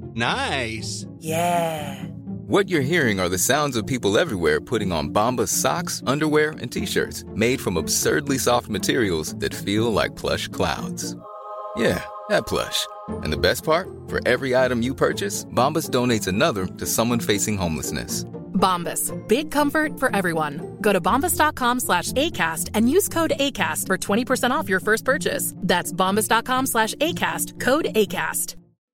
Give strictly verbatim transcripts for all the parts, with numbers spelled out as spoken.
Nice. Yeah. What you're hearing are the sounds of people everywhere putting on Bombas socks, underwear, and T-shirts made from absurdly soft materials that feel like plush clouds. Yeah, that plush. And the best part? For every item you purchase, Bombas donates another to someone facing homelessness. Bombas. Big comfort for everyone. Go to bombas.com slash ACAST and use code ACAST for twenty percent off your first purchase. That's bombas.com slash ACAST. Code ACAST.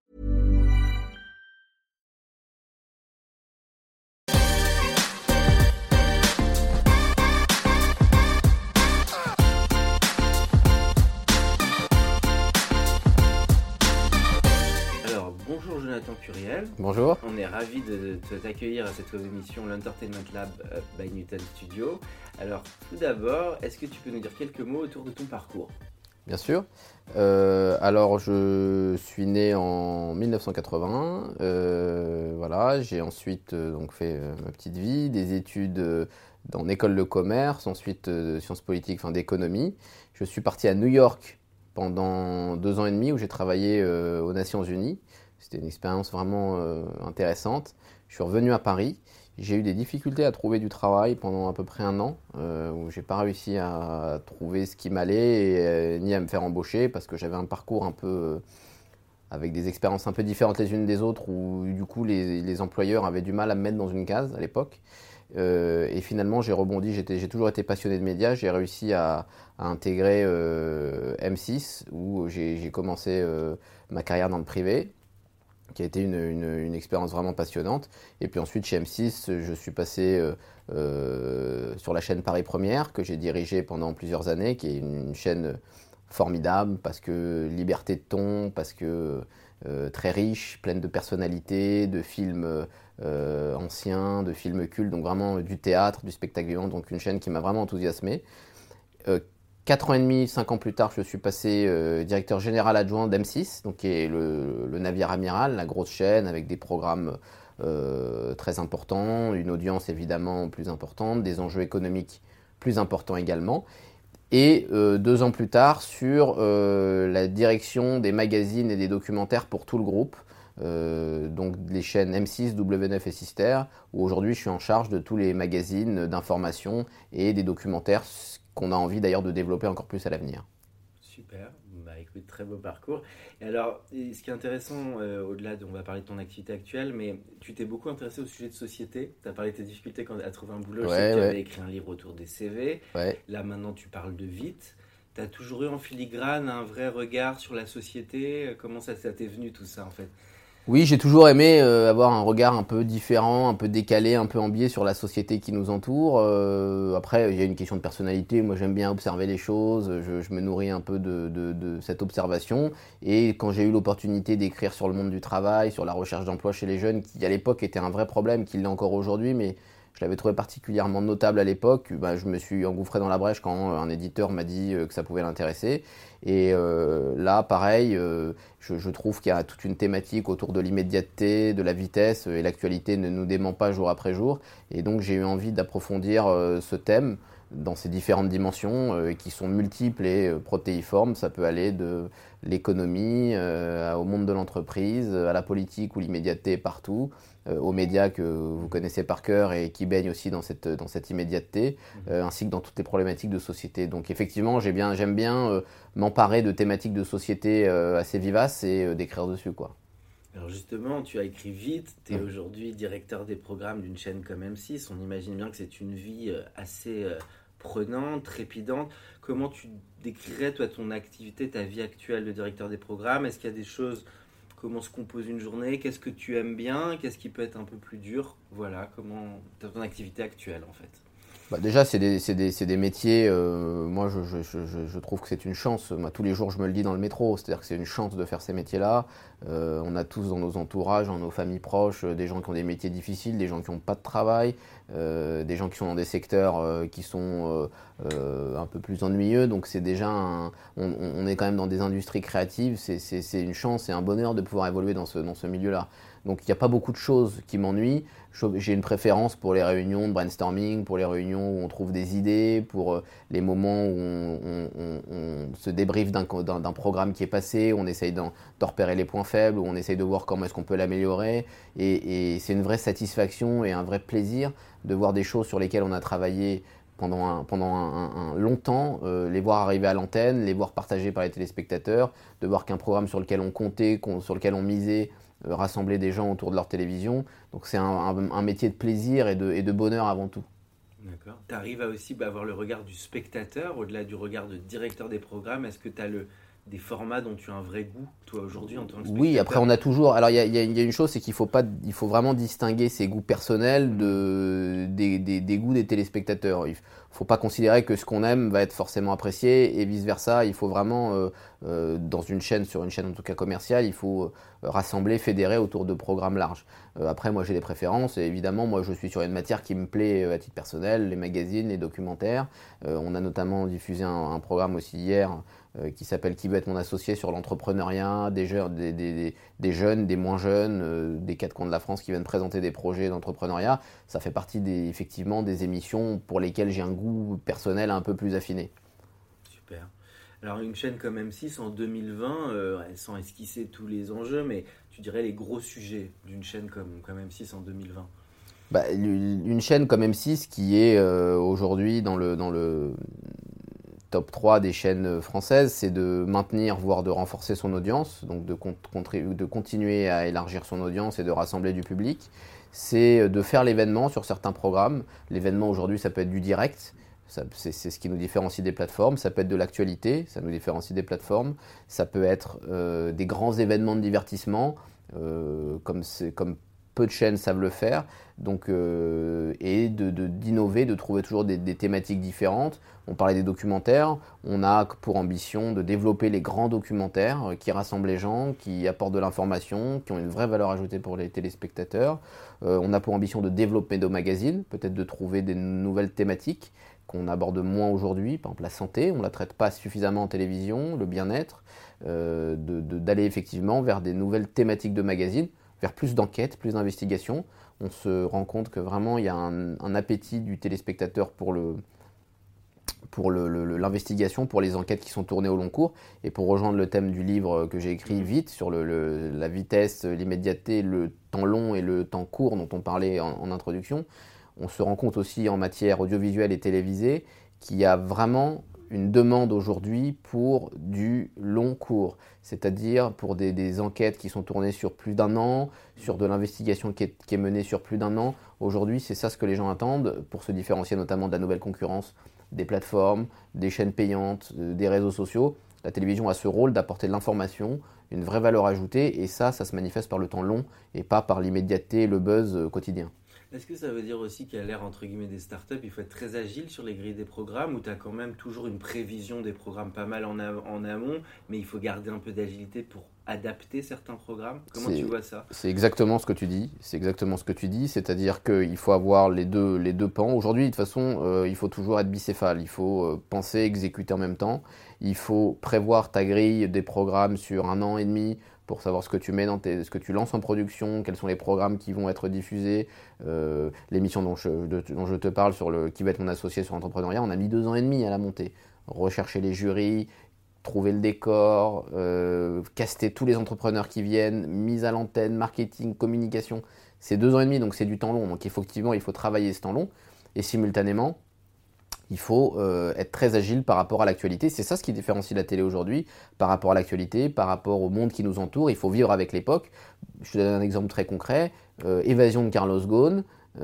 Bonjour Jonathan Curiel. Bonjour. On est ravis de, de t'accueillir à cette émission l'Entertainment Lab by Newton Studio. Alors tout d'abord, est-ce que tu peux nous dire quelques mots autour de ton parcours ? Bien sûr. Euh, alors je suis né en dix-neuf cent quatre-vingts. Euh, voilà, j'ai ensuite euh, donc fait euh, ma petite vie, des études euh, dans l'école de commerce, ensuite euh, sciences politiques, enfin d'économie. Je suis parti à New York pendant deux ans et demi où j'ai travaillé euh, aux Nations Unies. C'était une expérience vraiment euh, intéressante. Je suis revenu à Paris. J'ai eu des difficultés à trouver du travail pendant à peu près un an, euh, où j'ai pas réussi à trouver ce qui m'allait, et, euh, ni à me faire embaucher, parce que j'avais un parcours un peu euh, avec des expériences un peu différentes les unes des autres, où du coup les, les employeurs avaient du mal à me mettre dans une case à l'époque. Euh, et finalement, j'ai rebondi. J'étais, j'ai toujours été passionné de médias. J'ai réussi à, à intégrer euh, M six, où j'ai, j'ai commencé euh, ma carrière dans le privé, qui a été une, une, une expérience vraiment passionnante. Et puis ensuite, chez M six, je suis passé euh, euh, sur la chaîne Paris Première, que j'ai dirigée pendant plusieurs années, qui est une, une chaîne formidable, parce que liberté de ton, parce que euh, très riche, pleine de personnalités, de films euh, anciens, de films cultes, donc vraiment du théâtre, du spectacle vivant, donc une chaîne qui m'a vraiment enthousiasmé. Euh, Quatre ans et demi, cinq ans plus tard, je suis passé euh, directeur général adjoint d'M six, donc qui est le, le navire amiral, la grosse chaîne avec des programmes euh, très importants, une audience évidemment plus importante, des enjeux économiques plus importants également. Et euh, deux ans plus tard, sur euh, la direction des magazines et des documentaires pour tout le groupe, euh, donc les chaînes M six, W neuf et Sister, où aujourd'hui je suis en charge de tous les magazines d'information et des documentaires qu'on a envie d'ailleurs de développer encore plus à l'avenir. Super, bah écoute, très beau parcours. Et alors, ce qui est intéressant, euh, au-delà de, on va parler de ton activité actuelle, mais tu t'es beaucoup intéressé au sujet de société. Tu as parlé de tes difficultés quand, à trouver un boulot. Ouais, Je sais que tu ouais. avais écrit un livre autour des C V. Ouais. Là, maintenant, tu parles de Vite. Tu as toujours eu en filigrane un vrai regard sur la société. Comment ça, ça t'est venu tout ça, en fait ? Oui, j'ai toujours aimé euh, avoir un regard un peu différent, un peu décalé, un peu en biais sur la société qui nous entoure. Euh, après, il y a une question de personnalité. Moi, j'aime bien observer les choses. Je, je me nourris un peu de, de, de cette observation. Et quand j'ai eu l'opportunité d'écrire sur le monde du travail, sur la recherche d'emploi chez les jeunes, qui à l'époque était un vrai problème, qui l'est encore aujourd'hui, mais je l'avais trouvé particulièrement notable à l'époque, bah, je me suis engouffré dans la brèche quand un éditeur m'a dit que ça pouvait l'intéresser. Et euh, là, pareil, euh, je, je trouve qu'il y a toute une thématique autour de l'immédiateté, de la vitesse, et l'actualité ne nous dément pas jour après jour. Et donc j'ai eu envie d'approfondir euh, ce thème dans ses différentes dimensions euh, qui sont multiples et euh, protéiformes. Ça peut aller de l'économie euh, au monde de l'entreprise, à la politique où l'immédiateté est partout, euh, aux médias que vous connaissez par cœur et qui baignent aussi dans cette, dans cette immédiateté, euh, ainsi que dans toutes les problématiques de société. Donc effectivement, j'ai bien, j'aime bien euh, m'emparer de thématiques de société euh, assez vivaces et euh, d'écrire dessus, quoi. Alors justement, tu as écrit Vite, tu es Mmh. aujourd'hui directeur des programmes d'une chaîne comme M six. On imagine bien que c'est une vie euh, assez euh, prenante, trépidante. Comment tu décrirais, toi, ton activité, ta vie actuelle de directeur des programmes ? Est-ce qu'il y a des choses, comment se compose une journée ? Qu'est-ce que tu aimes bien ? Qu'est-ce qui peut être un peu plus dur ? Voilà, comment ton activité actuelle, en fait ? Bah déjà, c'est des, c'est des, c'est des métiers, euh, moi je, je, je, je trouve que c'est une chance. Moi, tous les jours, je me le dis dans le métro, c'est-à-dire que c'est une chance de faire ces métiers-là. Euh, on a tous dans nos entourages, dans nos familles proches, euh, des gens qui ont des métiers difficiles, des gens qui n'ont pas de travail, euh, des gens qui sont dans des secteurs euh, qui sont euh, euh, un peu plus ennuyeux. Donc c'est déjà un, on, on est quand même dans des industries créatives, c'est, c'est, c'est une chance et un bonheur de pouvoir évoluer dans ce, dans ce milieu-là. Donc il n'y a pas beaucoup de choses qui m'ennuient. J'ai une préférence pour les réunions de brainstorming, pour les réunions réunions où on trouve des idées, pour les moments où on, on, on, on se débriefe d'un, d'un, d'un programme qui est passé, où on essaye d'en, de repérer les points faibles, où on essaye de voir comment est-ce qu'on peut l'améliorer. Et, et c'est une vraie satisfaction et un vrai plaisir de voir des choses sur lesquelles on a travaillé pendant un, pendant un, un, un longtemps, euh, les voir arriver à l'antenne, les voir partagés par les téléspectateurs, de voir qu'un programme sur lequel on comptait, qu'on, sur lequel on misait, euh, rassemblait des gens autour de leur télévision. Donc c'est un, un, un métier de plaisir et de, et de bonheur avant tout. D'accord. Tu arrives à aussi bah, avoir le regard du spectateur, au-delà du regard de directeur des programmes. Est-ce que tu as le... des formats dont tu as un vrai goût, toi, aujourd'hui, en tant que spectateur? Oui, après, on a toujours... Alors, il y a, y a, y a une chose, c'est qu'il faut, pas, il faut vraiment distinguer ses goûts personnels de, des, des, des goûts des téléspectateurs. Il ne faut pas considérer que ce qu'on aime va être forcément apprécié et vice-versa. Il faut vraiment, euh, euh, dans une chaîne, sur une chaîne en tout cas commerciale, il faut euh, rassembler, fédérer autour de programmes larges. Euh, après, moi, j'ai des préférences et évidemment, moi, je suis sur une matière qui me plaît à titre personnel, les magazines, les documentaires. Euh, on a notamment diffusé un, un programme aussi hier Euh, qui s'appelle Qui veut être mon associé sur l'entrepreneuriat, des, jeux, des, des, des jeunes, des moins jeunes, euh, des quatre coins de la France qui viennent présenter des projets d'entrepreneuriat. Ça fait partie des, effectivement des émissions pour lesquelles j'ai un goût personnel un peu plus affiné. Super. Alors une chaîne comme M six en deux mille vingt, euh, sans esquisser tous les enjeux, mais tu dirais les gros sujets d'une chaîne comme, comme M six en deux mille vingt? Bah, une chaîne comme M six qui est euh, aujourd'hui dans le... Dans le top trois des chaînes françaises, c'est de maintenir, voire de renforcer son audience, donc de, contribu- de continuer à élargir son audience et de rassembler du public. C'est de faire l'événement sur certains programmes. L'événement aujourd'hui, ça peut être du direct, ça, c'est, c'est ce qui nous différencie des plateformes. Ça peut être de l'actualité, ça nous différencie des plateformes. Ça peut être euh, des grands événements de divertissement, euh, comme, c'est, comme peu de chaînes savent le faire, donc, euh, et de, de, d'innover, de trouver toujours des, des thématiques différentes. On parlait des documentaires, on a pour ambition de développer les grands documentaires qui rassemblent les gens, qui apportent de l'information, qui ont une vraie valeur ajoutée pour les téléspectateurs. Euh, on a pour ambition de développer nos magazines, peut-être de trouver des nouvelles thématiques qu'on aborde moins aujourd'hui, par exemple la santé, on ne la traite pas suffisamment en télévision, le bien-être, euh, de, de, d'aller effectivement vers des nouvelles thématiques de magazines, vers plus d'enquêtes, plus d'investigations. On se rend compte que vraiment il y a un, un appétit du téléspectateur pour, le, pour le, le, l'investigation, pour les enquêtes qui sont tournées au long cours. Et pour rejoindre le thème du livre que j'ai écrit Vite, sur le, le, la vitesse, l'immédiateté, le temps long et le temps court dont on parlait en, en introduction, on se rend compte aussi en matière audiovisuelle et télévisée qu'il y a vraiment une demande aujourd'hui pour du long cours, c'est-à-dire pour des, des enquêtes qui sont tournées sur plus d'un an, sur de l'investigation qui est, qui est menée sur plus d'un an. Aujourd'hui, c'est ça ce que les gens attendent pour se différencier notamment de la nouvelle concurrence des plateformes, des chaînes payantes, des réseaux sociaux. La télévision a ce rôle d'apporter de l'information, une vraie valeur ajoutée, et ça, ça se manifeste par le temps long et pas par l'immédiateté et le buzz quotidien. Est-ce que ça veut dire aussi qu'à l'ère entre guillemets des startups, il faut être très agile sur les grilles des programmes, ou tu as quand même toujours une prévision des programmes pas mal en, a- en amont, mais il faut garder un peu d'agilité pour adapter certains programmes? Comment C'est- tu vois ça? C'est exactement ce que tu dis. C'est exactement ce que tu dis, c'est-à-dire qu'il faut avoir les deux, les deux pans. Aujourd'hui, de toute façon, euh, il faut toujours être bicéphale. Il faut euh, penser, exécuter en même temps. Il faut prévoir ta grille des programmes sur un an et demi pour savoir ce que tu mets dans tes, ce que tu lances en production, quels sont les programmes qui vont être diffusés. Euh, l'émission dont je, de- dont je te parle sur le qui va être mon associé sur l'entrepreneuriat, on a mis deux ans et demi à la monter. Rechercher les jurys, trouver le décor, euh, caster tous les entrepreneurs qui viennent, mise à l'antenne, marketing, communication. C'est deux ans et demi, donc c'est du temps long. Donc effectivement, il faut travailler ce temps long. Et simultanément, il faut euh, être très agile par rapport à l'actualité. C'est ça ce qui différencie la télé aujourd'hui par rapport à l'actualité, par rapport au monde qui nous entoure. Il faut vivre avec l'époque. Je te donne un exemple très concret. Euh, évasion de Carlos Ghosn,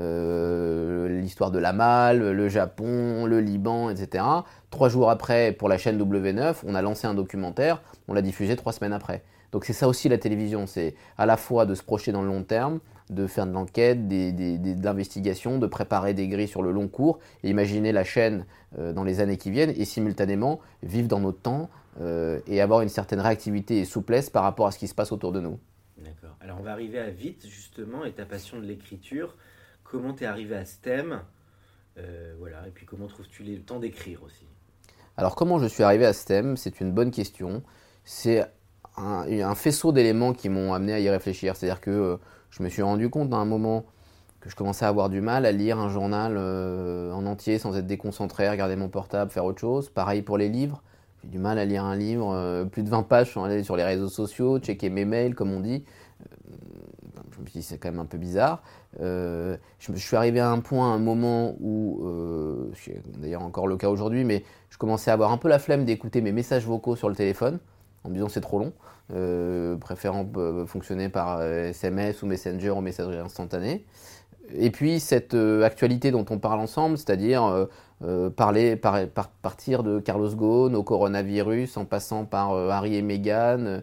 euh, l'histoire de la Malle, le Japon, le Liban, et cetera. Trois jours après, pour la chaîne W neuf, on a lancé un documentaire. On l'a diffusé trois semaines après. Donc c'est ça aussi la télévision. C'est à la fois de se projeter dans le long terme, de faire de l'enquête, des, des, des, de l'investigation, de préparer des grilles sur le long cours, et imaginer la chaîne euh, dans les années qui viennent, et simultanément vivre dans notre temps euh, et avoir une certaine réactivité et souplesse par rapport à ce qui se passe autour de nous. D'accord. Alors on va arriver à Vite justement, et ta passion de l'écriture. Comment t'es arrivé à ce thème? Euh, voilà. Et puis comment trouves-tu le temps d'écrire aussi? Alors comment je suis arrivé à ce thème? C'est une bonne question. C'est un, un faisceau d'éléments qui m'ont amené à y réfléchir. C'est-à-dire que euh, je me suis rendu compte à un moment que je commençais à avoir du mal à lire un journal euh, en entier sans être déconcentré, regarder mon portable, faire autre chose. Pareil pour les livres. J'ai du mal à lire un livre, euh, plus de vingt pages sans aller sur les réseaux sociaux, checker mes mails, comme on dit. Euh, je me suis dit, c'est quand même un peu bizarre. Euh, je, je suis arrivé à un point, à un moment où, euh, c'est d'ailleurs encore le cas aujourd'hui, mais je commençais à avoir un peu la flemme d'écouter mes messages vocaux sur le téléphone, en me disant c'est trop long, euh, préférant euh, fonctionner par euh, S M S ou Messenger ou messagerie instantanée. Et puis cette euh, actualité dont on parle ensemble, c'est-à-dire euh, euh, parler, par, par, partir de Carlos Ghosn au coronavirus, en passant par euh, Harry et Meghan,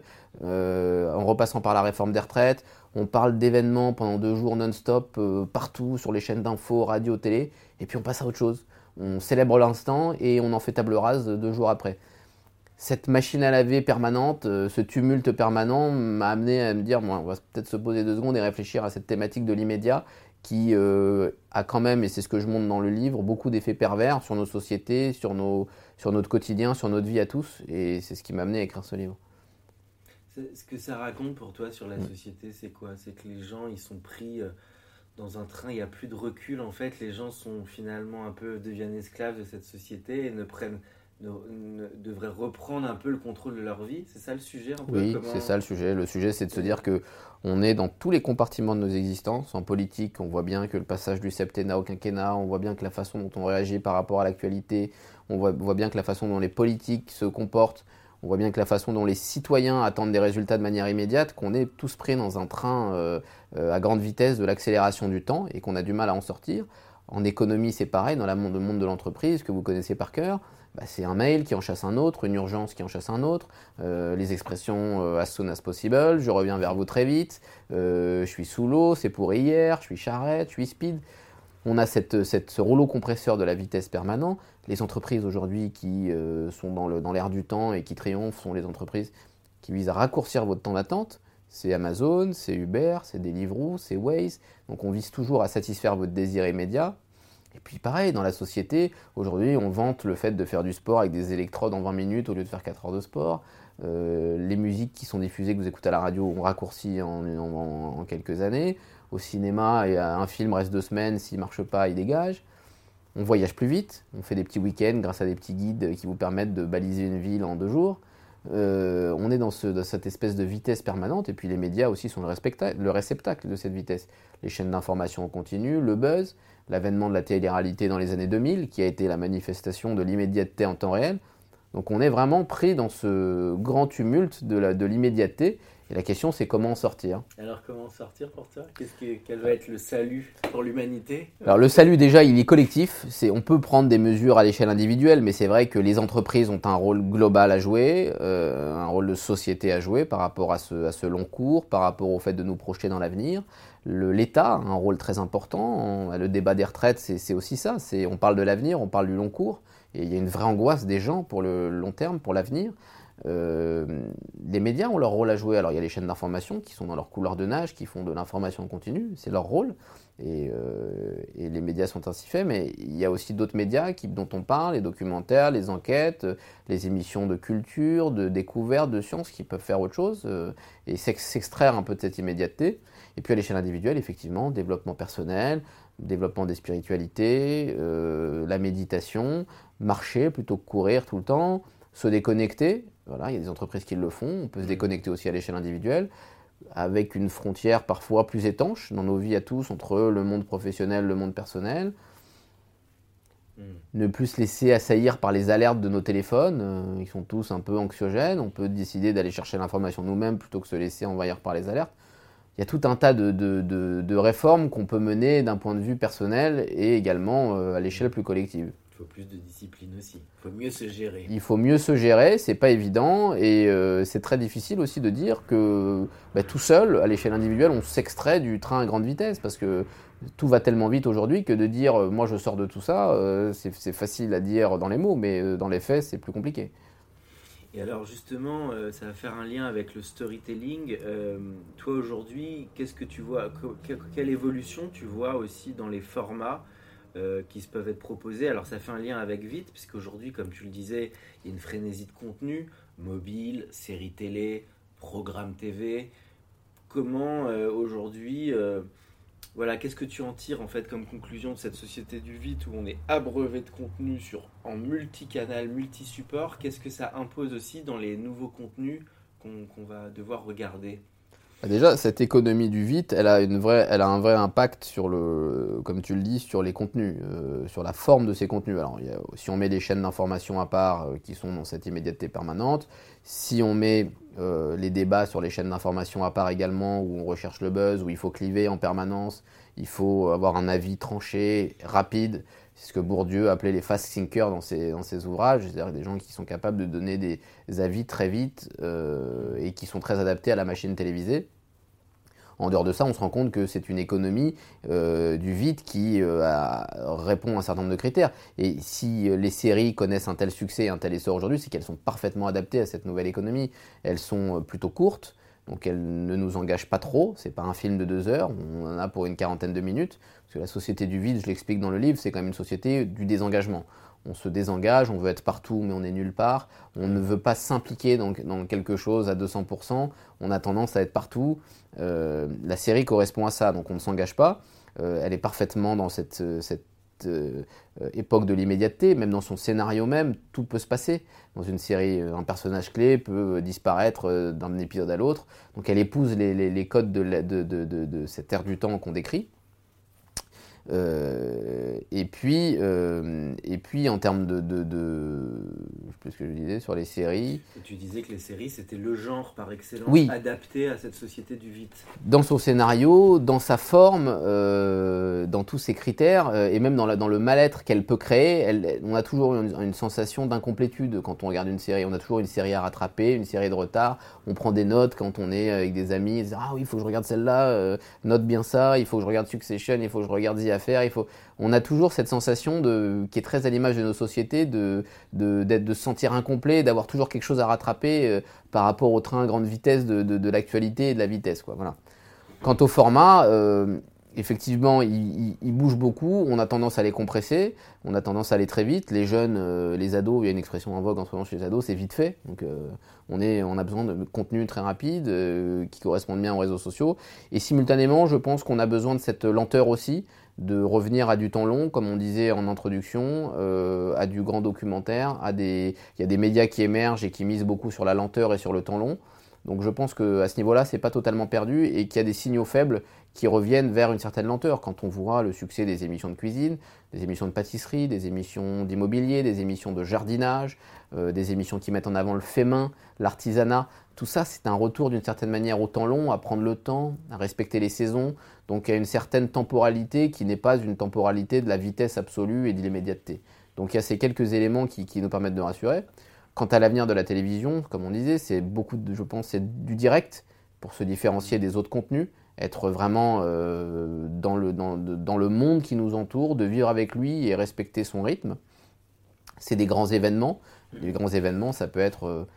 euh, en repassant par la réforme des retraites. On parle d'événements pendant deux jours non-stop, euh, partout, sur les chaînes d'infos, radio, télé, et puis on passe à autre chose. On célèbre l'instant et on en fait table rase deux jours après. Cette machine à laver permanente, euh, ce tumulte permanent m'a amené à me dire, bon, on va peut-être se poser deux secondes et réfléchir à cette thématique de l'immédiat qui euh, a quand même, et c'est ce que je montre dans le livre, beaucoup d'effets pervers sur nos sociétés, sur, nos, sur notre quotidien, sur notre vie à tous, et c'est ce qui m'a amené à écrire ce livre. C'est, ce que ça raconte pour toi sur la mmh. société, c'est quoi ? C'est que les gens, ils sont pris euh, dans un train, il n'y a plus de recul, en fait, les gens sont finalement un peu, deviennent esclaves de cette société et ne prennent... Ne, ne, devraient reprendre un peu le contrôle de leur vie, c'est ça le sujet un peu ? Oui, Comment... c'est ça le sujet. Le sujet, c'est de se dire qu'on est dans tous les compartiments de nos existences. En politique, on voit bien que le passage du septennat au quinquennat, on voit bien que la façon dont on réagit par rapport à l'actualité, on voit, on voit bien que la façon dont les politiques se comportent, on voit bien que la façon dont les citoyens attendent des résultats de manière immédiate, qu'on est tous pris dans un train euh, euh, à grande vitesse de l'accélération du temps et qu'on a du mal à en sortir. En économie, c'est pareil, dans le monde de l'entreprise, que vous connaissez par cœur. Bah, c'est un mail qui en chasse un autre, une urgence qui en chasse un autre, euh, les expressions euh, as soon as possible, je reviens vers vous très vite, euh, je suis sous l'eau, c'est pour hier, je suis charrette, je suis speed. On a cette, cette, ce rouleau compresseur de la vitesse permanent. Les entreprises aujourd'hui qui euh, sont dans, le, dans l'air du temps et qui triomphent sont les entreprises qui visent à raccourcir votre temps d'attente. C'est Amazon, c'est Uber, c'est Deliveroo, c'est Waze. Donc on vise toujours à satisfaire votre désir immédiat. Et puis pareil, dans la société, aujourd'hui on vante le fait de faire du sport avec des électrodes en vingt minutes au lieu de faire quatre heures de sport. Euh, les musiques qui sont diffusées, que vous écoutez à la radio, ont raccourci en, en, en quelques années. Au cinéma, un film reste deux semaines, s'il ne marche pas, il dégage. On voyage plus vite, on fait des petits week-ends grâce à des petits guides qui vous permettent de baliser une ville en deux jours. Euh, on est dans, ce, dans cette espèce de vitesse permanente, et puis les médias aussi sont le, le réceptacle de cette vitesse. Les chaînes d'information en continu, le buzz, l'avènement de la télé-réalité dans les années deux mille, qui a été la manifestation de l'immédiateté en temps réel. Donc on est vraiment pris dans ce grand tumulte de, la, de l'immédiateté, et la question c'est comment en sortir. Alors comment en sortir pour toi ? Qu'est-ce que, Quel va être le salut pour l'humanité ? Alors le salut déjà il est collectif, c'est, on peut prendre des mesures à l'échelle individuelle, mais c'est vrai que les entreprises ont un rôle global à jouer, euh, un rôle de société à jouer par rapport à ce, à ce long cours, par rapport au fait de nous projeter dans l'avenir. Le, L'État a un rôle très important, on, le débat des retraites c'est, c'est aussi ça, c'est, on parle de l'avenir, on parle du long cours, et il y a une vraie angoisse des gens pour le long terme, pour l'avenir. Euh, les médias ont leur rôle à jouer. Alors il y a les chaînes d'information qui sont dans leur couloir de nage, qui font de l'information continue, c'est leur rôle, et, euh, et les médias sont ainsi faits, mais il y a aussi d'autres médias qui, dont on parle, les documentaires, les enquêtes, les émissions de culture, de découverte, de science, qui peuvent faire autre chose euh, et s'extraire un peu de cette immédiateté. Et puis à l'échelle individuelle, effectivement, développement personnel, développement des spiritualités, euh, la méditation, marcher plutôt que courir tout le temps, se déconnecter. Voilà, il y a des entreprises qui le font, on peut se déconnecter aussi à l'échelle individuelle, avec une frontière parfois plus étanche dans nos vies à tous entre le monde professionnel et le monde personnel. Mmh. Ne plus se laisser assaillir par les alertes de nos téléphones, euh, ils sont tous un peu anxiogènes, on peut décider d'aller chercher l'information nous-mêmes plutôt que se laisser envahir par les alertes. Il y a tout un tas de, de, de, de réformes qu'on peut mener d'un point de vue personnel et également euh, à l'échelle plus collective. Il faut plus de discipline aussi, il faut mieux se gérer. Il faut mieux se gérer, c'est pas évident et euh, c'est très difficile aussi de dire que bah, tout seul, à l'échelle individuelle, on s'extrait du train à grande vitesse parce que tout va tellement vite aujourd'hui que de dire euh, moi je sors de tout ça, euh, c'est, c'est facile à dire dans les mots, mais euh, dans les faits c'est plus compliqué. Et alors justement, euh, ça va faire un lien avec le storytelling. Euh, toi aujourd'hui, qu'est-ce que tu vois, que, quelle évolution tu vois aussi dans les formats euh, qui se peuvent être proposés ? Alors ça fait un lien avec Vite, puisqu'aujourd'hui, comme tu le disais, il y a une frénésie de contenu, mobile, séries télé, programmes T V. Comment euh, aujourd'hui euh, Voilà, qu'est-ce que tu en tires en fait comme conclusion de cette société du vite où on est abreuvé de contenu sur, en multicanal, multi-support? Qu'est-ce que ça impose aussi dans les nouveaux contenus qu'on, qu'on va devoir regarder? Déjà, cette économie du vite, elle a, une vraie, elle a un vrai impact sur le, comme tu le dis, sur les contenus, euh, sur la forme de ces contenus. Alors, il y a, si on met des chaînes d'information à part euh, qui sont dans cette immédiateté permanente, si on met euh, les débats sur les chaînes d'information à part également, où on recherche le buzz, où il faut cliver en permanence, il faut avoir un avis tranché, rapide. C'est ce que Bourdieu appelait les fast thinkers dans ses, dans ses ouvrages, c'est-à-dire des gens qui sont capables de donner des avis très vite euh, et qui sont très adaptés à la machine télévisée. En dehors de ça, on se rend compte que c'est une économie euh, du vite qui euh, a, répond à un certain nombre de critères. Et si les séries connaissent un tel succès et un tel essor aujourd'hui, c'est qu'elles sont parfaitement adaptées à cette nouvelle économie. Elles sont plutôt courtes, donc elles ne nous engagent pas trop. C'est pas un film de deux heures, on en a pour une quarantaine de minutes. Parce que la société du vide, je l'explique dans le livre, c'est quand même une société du désengagement. On se désengage, on veut être partout mais on est nulle part. On ne veut pas s'impliquer dans, dans quelque chose à deux cents pour cent. On a tendance à être partout. Euh, la série correspond à ça, donc on ne s'engage pas. Euh, elle est parfaitement dans cette, cette euh, époque de l'immédiateté, même dans son scénario même, tout peut se passer. Dans une série, un personnage clé peut disparaître d'un épisode à l'autre. Donc elle épouse les, les, les codes de, la, de, de, de, de cette ère du temps qu'on décrit. Euh, et puis, euh, et puis en termes de, de, de, je sais plus ce que je disais sur les séries. Et tu disais que les séries c'était le genre par excellence, oui, adapté à cette société du vite. Dans son scénario, dans sa forme, euh, dans tous ses critères, euh, et même dans, la, dans le mal-être qu'elle peut créer, elle, on a toujours une, une sensation d'incomplétude quand on regarde une série. On a toujours une série à rattraper, une série de retard. On prend des notes quand on est avec des amis. Ils disent, ah oui, il faut que je regarde celle-là, euh, note bien ça. Il faut que je regarde Succession, il faut que je regarde The Affair. Il faut... On a toujours cette sensation de, qui est très à l'image de nos sociétés, de, de, d'être, de se sentir incomplet, d'avoir toujours quelque chose à rattraper euh, par rapport au train à grande vitesse de, de, de l'actualité et de la vitesse, quoi. Voilà. Quant au format, euh, effectivement, il, il, il bouge beaucoup. On a tendance à les compresser, on a tendance à aller très vite. Les jeunes, euh, les ados, il y a une expression en vogue en ce moment chez les ados, c'est vite fait. Donc, euh, on, est, on a besoin de contenu très rapide euh, qui correspondent bien aux réseaux sociaux. Et simultanément, je pense qu'on a besoin de cette lenteur aussi, de revenir à du temps long, comme on disait en introduction, euh, à du grand documentaire. À des... Il y a des médias qui émergent et qui misent beaucoup sur la lenteur et sur le temps long. Donc je pense qu'à ce niveau-là, c'est pas totalement perdu et qu'il y a des signaux faibles qui reviennent vers une certaine lenteur. Quand on voit le succès des émissions de cuisine, des émissions de pâtisserie, des émissions d'immobilier, des émissions de jardinage, euh, des émissions qui mettent en avant le fait main, l'artisanat, tout ça c'est un retour d'une certaine manière au temps long, à prendre le temps, à respecter les saisons, donc à une certaine temporalité qui n'est pas une temporalité de la vitesse absolue et de l'immédiateté. Donc il y a ces quelques éléments qui, qui nous permettent de rassurer. Quant à l'avenir de la télévision, comme on disait, c'est beaucoup, de, je pense, c'est du direct pour se différencier des autres contenus, être vraiment euh, dans, le, dans, dans le monde qui nous entoure, de vivre avec lui et respecter son rythme. C'est des grands événements. Les grands événements, ça peut être euh,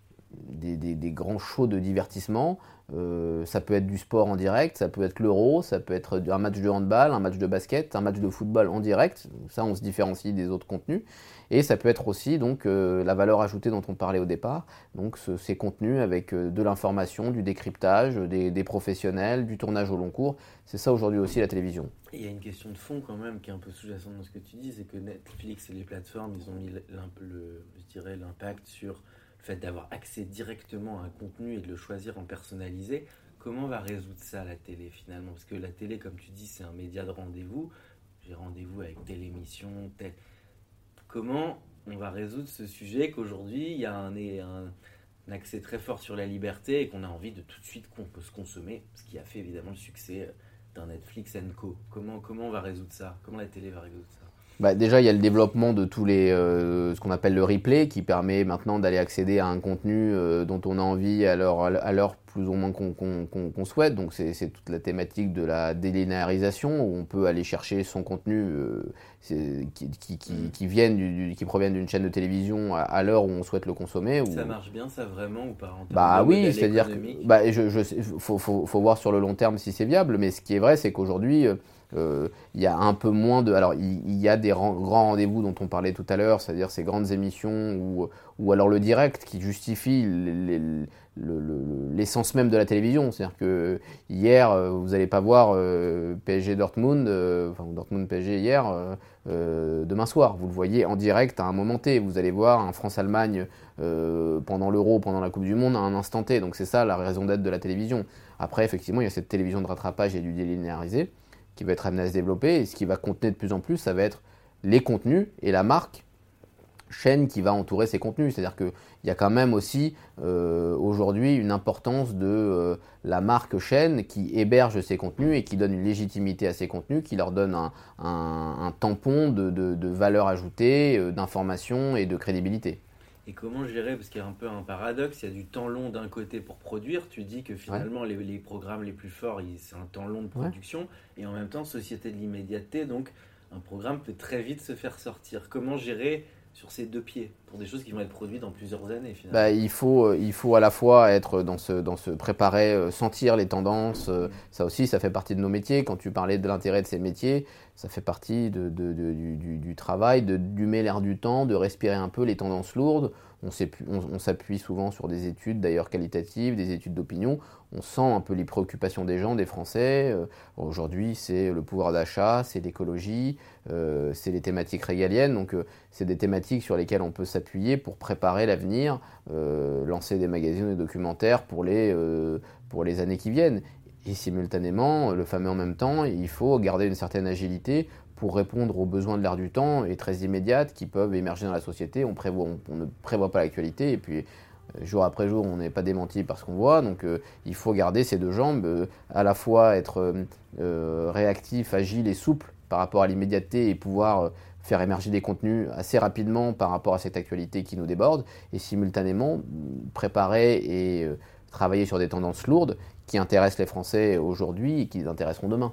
des, des, des grands shows de divertissement, euh, ça peut être du sport en direct, ça peut être l'Euro, ça peut être un match de handball, un match de basket, un match de football en direct. Ça, on se différencie des autres contenus. Et ça peut être aussi donc, euh, la valeur ajoutée dont on parlait au départ, donc ce, ces contenus avec euh, de l'information, du décryptage, des, des professionnels, du tournage au long cours. C'est ça aujourd'hui aussi la télévision. Il y a une question de fond quand même qui est un peu sous-jacente dans ce que tu dis, c'est que Netflix et les plateformes, ils ont mis le, je dirais, l'impact sur le fait d'avoir accès directement à un contenu et de le choisir en personnalisé. Comment on va résoudre ça la télé finalement? Parce que la télé, comme tu dis, c'est un média de rendez-vous. J'ai rendez-vous avec telle émission, telle... Comment on va résoudre ce sujet qu'aujourd'hui, il y a un, un, un accès très fort sur la liberté et qu'on a envie de tout de suite qu'on peut se consommer, ce qui a fait évidemment le succès d'un Netflix and Co. Comment, comment on va résoudre ça? Comment la télé va résoudre ça? Bah déjà, il y a le développement de tous les, euh, ce qu'on appelle le replay, qui permet maintenant d'aller accéder à un contenu euh, dont on a envie à l'heure, à l'heure plus ou moins qu'on, qu'on, qu'on, qu'on souhaite. Donc c'est, c'est toute la thématique de la délinéarisation, où on peut aller chercher son contenu euh, c'est, qui, qui, qui, qui, viennent du, du, qui proviennent d'une chaîne de télévision à, à l'heure où on souhaite le consommer. Ça ou... marche bien ça vraiment ou pas? Bah oui, c'est-à-dire que bah, je, je, faut, faut, faut voir sur le long terme si c'est viable, mais ce qui est vrai, c'est qu'aujourd'hui... Euh, Euh, il y a un peu moins de... Alors, il, il y a des ran- grands rendez-vous dont on parlait tout à l'heure, c'est-à-dire ces grandes émissions où, ou alors le direct qui justifie les, les, le, le, l'essence même de la télévision. C'est-à-dire que hier, vous n'allez pas voir euh, P S G Dortmund, euh, enfin Dortmund P S G hier, euh, euh, demain soir. Vous le voyez en direct à un moment T. Vous allez voir un France-Allemagne euh, pendant l'Euro, pendant la Coupe du Monde à un instant T. Donc c'est ça la raison d'être de la télévision. Après, effectivement, il y a cette télévision de rattrapage et du délinéarisé qui va être amenée à se développer. Et ce qui va contenir de plus en plus, ça va être les contenus et la marque chaîne qui va entourer ces contenus. C'est-à-dire qu'il y a quand même aussi euh, aujourd'hui une importance de euh, la marque chaîne qui héberge ces contenus et qui donne une légitimité à ces contenus, qui leur donne un, un, un tampon de, de, de valeur ajoutée, euh, d'information et de crédibilité. Et comment gérer, parce qu'il y a un peu un paradoxe, il y a du temps long d'un côté pour produire, tu dis que finalement ouais. les, les programmes les plus forts, c'est un temps long de production, ouais. et en même temps, société de l'immédiateté, donc un programme peut très vite se faire sortir. Comment gérer sur ces deux pieds pour des choses qui vont être produites dans plusieurs années finalement? Bah, il faut, il faut à la fois être dans ce, dans ce préparer, euh, sentir les tendances. Euh, mmh. Ça aussi, ça fait partie de nos métiers. Quand tu parlais de l'intérêt de ces métiers, ça fait partie de, de, de, du, du, du travail, de d'humer l'air du temps, de respirer un peu les tendances lourdes. On, on, on s'appuie souvent sur des études d'ailleurs qualitatives, des études d'opinion. On sent un peu les préoccupations des gens, des Français. Euh, aujourd'hui, c'est le pouvoir d'achat, c'est l'écologie, euh, c'est les thématiques régaliennes. Donc, euh, c'est des thématiques sur lesquelles on peut s'appuyer pour préparer l'avenir, euh, lancer des magazines et des documentaires pour les, euh, pour les années qui viennent. Et simultanément, le fameux en même temps, il faut garder une certaine agilité pour répondre aux besoins de l'air du temps et très immédiates qui peuvent émerger dans la société. On, prévoit, on, on ne prévoit pas l'actualité et puis jour après jour, on n'est pas démenti par ce qu'on voit. Donc euh, il faut garder ces deux jambes, euh, à la fois être euh, réactif, agile et souple par rapport à l'immédiateté et pouvoir euh, faire émerger des contenus assez rapidement par rapport à cette actualité qui nous déborde et simultanément préparer et euh, travailler sur des tendances lourdes qui intéressent les Français aujourd'hui et qui les intéresseront demain.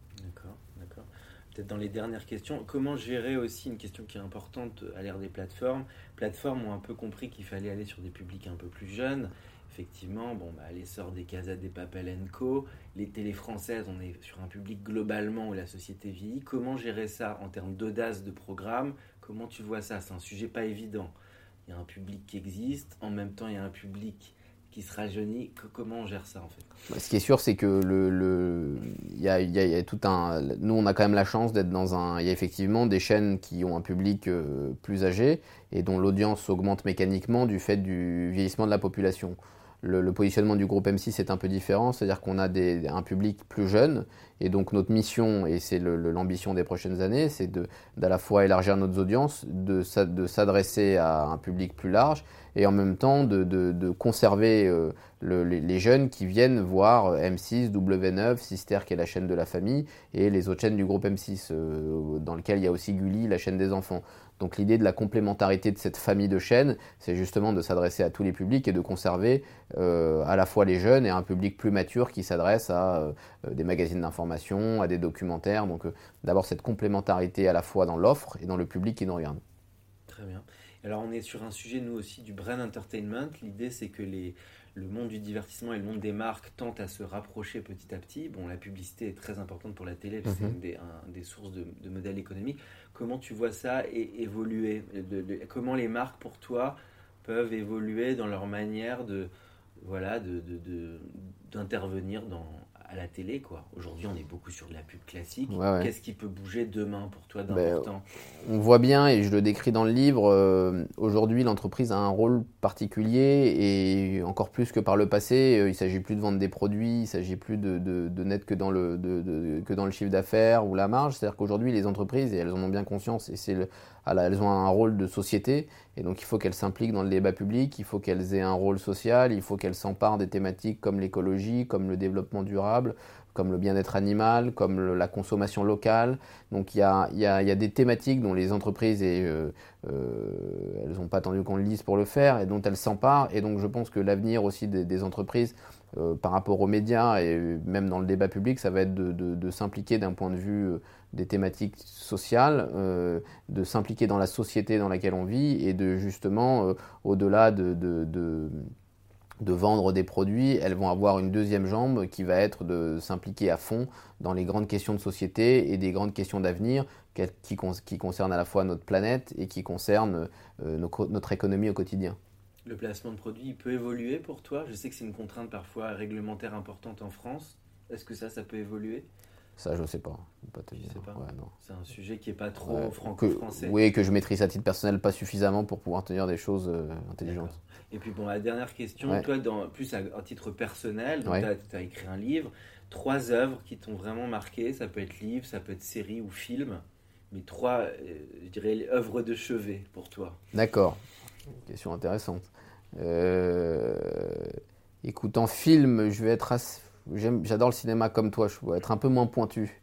Peut-être dans les dernières questions, comment gérer aussi une question qui est importante à l'ère des plateformes. Plateformes ont un peu compris qu'il fallait aller sur des publics un peu plus jeunes. Effectivement, bon, bah, l'essor des Casa de Papel and Co, les télés françaises, on est sur un public globalement où la société vieillit. Comment gérer ça en termes d'audace de programme? Comment tu vois ça? C'est un sujet pas évident. Il y a un public qui existe, en même temps il y a un public qui se rajeunit. Comment on gère ça en fait? Ce qui est sûr, c'est que le, le, il y a, il y a, il y a tout un. Nous, on a quand même la chance d'être dans un. Il y a effectivement des chaînes qui ont un public euh, plus âgé et dont l'audience augmente mécaniquement du fait du vieillissement de la population. Le, le positionnement du groupe M six est un peu différent, c'est-à-dire qu'on a des, un public plus jeune et donc notre mission, et c'est le, le, l'ambition des prochaines années, c'est de, d'à la fois élargir notre audience, de, de s'adresser à un public plus large et en même temps de, de, de conserver euh, le, les, les jeunes qui viennent voir M six, W neuf, Sister qui est la chaîne de la famille et les autres chaînes du groupe M six euh, dans lequel il y a aussi Gulli, la chaîne des enfants. Donc l'idée de la complémentarité de cette famille de chaînes, c'est justement de s'adresser à tous les publics et de conserver euh, à la fois les jeunes et un public plus mature qui s'adresse à euh, des magazines d'information, à des documentaires. Donc euh, d'avoir cette complémentarité à la fois dans l'offre et dans le public qui nous regarde. Très bien. Alors on est sur un sujet nous aussi du brand entertainment. L'idée c'est que les, le monde du divertissement et le monde des marques tentent à se rapprocher petit à petit. Bon, la publicité est très importante pour la télé, mm-hmm. c'est une des, un, des sources de, de modèles économiques. Comment tu vois ça et évoluer de, de, comment les marques pour toi peuvent évoluer dans leur manière de, voilà, de, de, de, d'intervenir dans, à la télé, quoi. Aujourd'hui, on est beaucoup sur de la pub classique. Ouais, ouais. Qu'est-ce qui peut bouger demain pour toi d'important? Ben, on voit bien, et je le décris dans le livre, euh, aujourd'hui, l'entreprise a un rôle particulier et encore plus que par le passé. Euh, il ne s'agit plus de vendre des produits, il ne s'agit plus de, de, de n'être que dans, le, de, de, que dans le chiffre d'affaires ou la marge. C'est-à-dire qu'aujourd'hui, les entreprises, et elles en ont bien conscience, et c'est le, elles ont un rôle de société, et donc il faut qu'elles s'impliquent dans le débat public, il faut qu'elles aient un rôle social, il faut qu'elles s'emparent des thématiques comme l'écologie, comme le développement durable, comme le bien-être animal, comme le, la consommation locale. Donc il y a, y a, y a des thématiques dont les entreprises, et, euh, euh, elles n'ont pas attendu qu'on le dise pour le faire, et dont elles s'emparent. Et donc je pense que l'avenir aussi des, des entreprises, euh, par rapport aux médias et même dans le débat public, ça va être de, de, de s'impliquer d'un point de vue euh, des thématiques sociales, euh, de s'impliquer dans la société dans laquelle on vit et de justement, euh, au-delà de... de, de de vendre des produits, elles vont avoir une deuxième jambe qui va être de s'impliquer à fond dans les grandes questions de société et des grandes questions d'avenir qui, qui concernent à la fois notre planète et qui concernent euh, nos, notre économie au quotidien. Le placement de produits, il peut évoluer pour toi? Je sais que c'est une contrainte parfois réglementaire importante en France. Est-ce que ça, ça peut évoluer? Ça, je ne sais pas. pas te je dire. sais pas. Ouais, non. C'est un sujet qui n'est pas trop ouais, franco-français. Que, oui, que je maîtrise à titre personnel pas suffisamment pour pouvoir tenir des choses euh, intelligentes. D'accord. Et puis bon, la dernière question, ouais. toi, dans, plus à, à titre personnel, ouais. tu as écrit un livre, trois œuvres qui t'ont vraiment marqué, ça peut être livre, ça peut être série ou film, mais trois, euh, je dirais, œuvres de chevet pour toi. D'accord, question intéressante. Euh, écoute, en film, je vais être assez... J'aime, j'adore le cinéma comme toi, je vais être un peu moins pointu.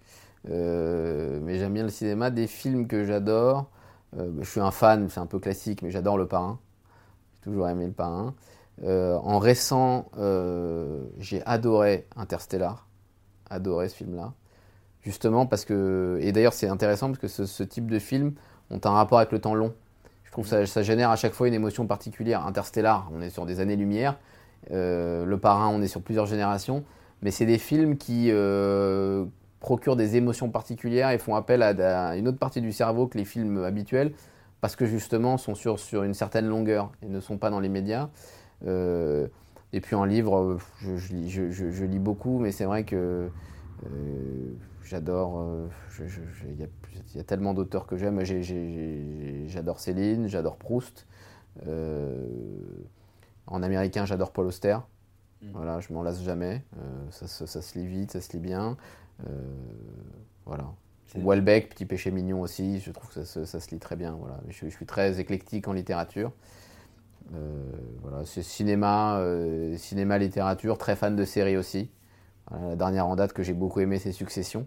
Euh, mais j'aime bien le cinéma. Des films que j'adore, euh, je suis un fan, c'est un peu classique, mais j'adore Le Parrain. J'ai toujours aimé Le Parrain. Euh, en récent, euh, j'ai adoré Interstellar. Adoré ce film-là. Justement parce que... Et d'ailleurs, c'est intéressant parce que ce, ce type de films ont un rapport avec le temps long. Je trouve que ça, ça génère à chaque fois une émotion particulière. Interstellar, on est sur des années-lumière. Euh, Le Parrain, on est sur plusieurs générations. Mais c'est des films qui euh, procurent des émotions particulières et font appel à, à une autre partie du cerveau que les films habituels, parce que justement sont sur, sur une certaine longueur et ne sont pas dans les médias. Euh, et puis en livre, je, je, lis, je, je, je lis beaucoup, mais c'est vrai que euh, j'adore. Euh, je, je, je, il, y a, il y a tellement d'auteurs que j'aime. J'ai, j'ai, j'adore Céline, j'adore Proust. Euh, en américain, j'adore Paul Auster. Voilà, je m'en lasse jamais. Euh, ça, ça, ça se lit vite, ça se lit bien. Euh, voilà. Houellebecq, Petit péché mignon aussi. Je trouve que ça, ça, ça se lit très bien. Voilà. Je, je suis très éclectique en littérature. Euh, voilà, c'est cinéma, euh, cinéma, littérature. Très fan de séries aussi. Voilà, la dernière en date que j'ai beaucoup aimé, c'est Succession.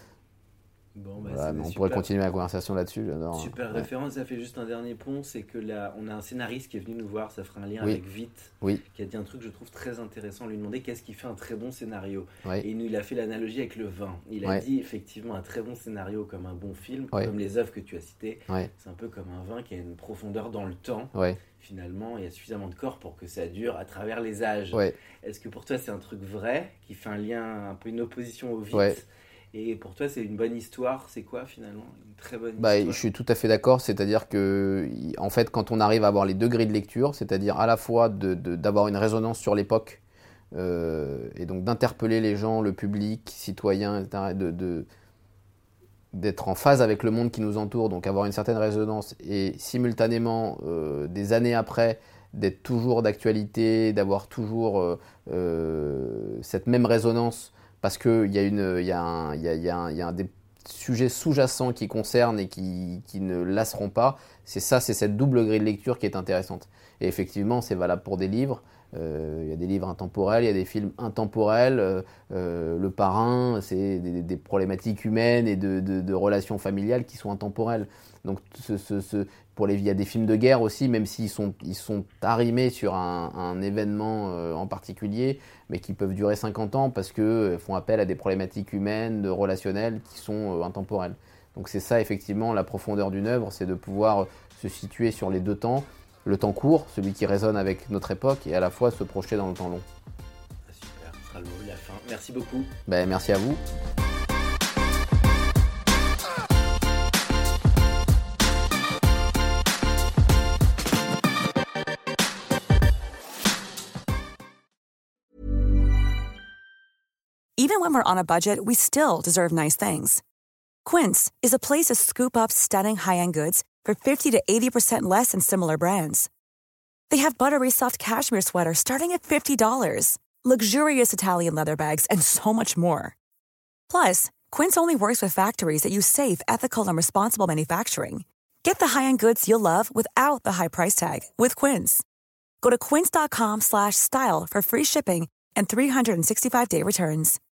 Bon, bah, voilà, c'est on super, pourrait continuer la conversation là-dessus, j'adore. Super ouais. référence, ça fait juste un dernier pont, c'est que là, on a un scénariste qui est venu nous voir, ça fera un lien oui. avec Vite, oui. qui a dit un truc que je trouve très intéressant, lui demander qu'est-ce qui fait un très bon scénario. Oui. Et nous, il a fait l'analogie avec le vin. Il a ouais. dit effectivement un très bon scénario comme un bon film, ouais. comme les œuvres que tu as citées, ouais. c'est un peu comme un vin qui a une profondeur dans le temps. Ouais. Finalement, il y a suffisamment de corps pour que ça dure à travers les âges. Ouais. Est-ce que pour toi, c'est un truc vrai, qui fait un lien, un peu une opposition au Vite ouais. Et pour toi, c'est une bonne histoire, c'est quoi finalement? Une très bonne bah, histoire. Je suis tout à fait d'accord, c'est-à-dire que, en fait, quand on arrive à avoir les deux grilles de lecture, c'est-à-dire à la fois de, de, d'avoir une résonance sur l'époque, euh, et donc d'interpeller les gens, le public, citoyens, et cetera, de, de, d'être en phase avec le monde qui nous entoure, donc avoir une certaine résonance, et simultanément, euh, des années après, d'être toujours d'actualité, d'avoir toujours euh, euh, cette même résonance, parce qu'il y a, une, y a, un, y a, y a, un, y a un des sujets sous-jacents qui concernent et qui, qui ne lasseront pas. C'est ça, c'est cette double grille de lecture qui est intéressante. Et effectivement, c'est valable pour des livres. Euh, y a des livres intemporels, il y a des films intemporels. Euh, euh, le Parrain, c'est des, des problématiques humaines et de, de, de relations familiales qui sont intemporelles. Donc, ce, ce, ce, pour les, il y a des films de guerre aussi, même s'ils sont, ils sont arrimés sur un, un événement euh, en particulier, mais qui peuvent durer cinquante ans parce qu'ils euh, font appel à des problématiques humaines, de relationnelles qui sont euh, intemporelles. Donc c'est ça effectivement la profondeur d'une œuvre, c'est de pouvoir se situer sur les deux temps, le temps court, celui qui résonne avec notre époque, et à la fois se projeter dans le temps long. Ah, super, ce sera le mot de la fin. Merci beaucoup. Ben, merci à vous. Even when we're on a budget, we still deserve nice things. Quince is a place to scoop up stunning high-end goods for fifty to eighty percent less than similar brands. They have buttery soft cashmere sweaters starting at fifty dollars, luxurious Italian leather bags, and so much more. Plus, Quince only works with factories that use safe, ethical, and responsible manufacturing. Get the high-end goods you'll love without the high price tag with Quince. Go to quince dot com slash style for free shipping and three sixty-five day returns.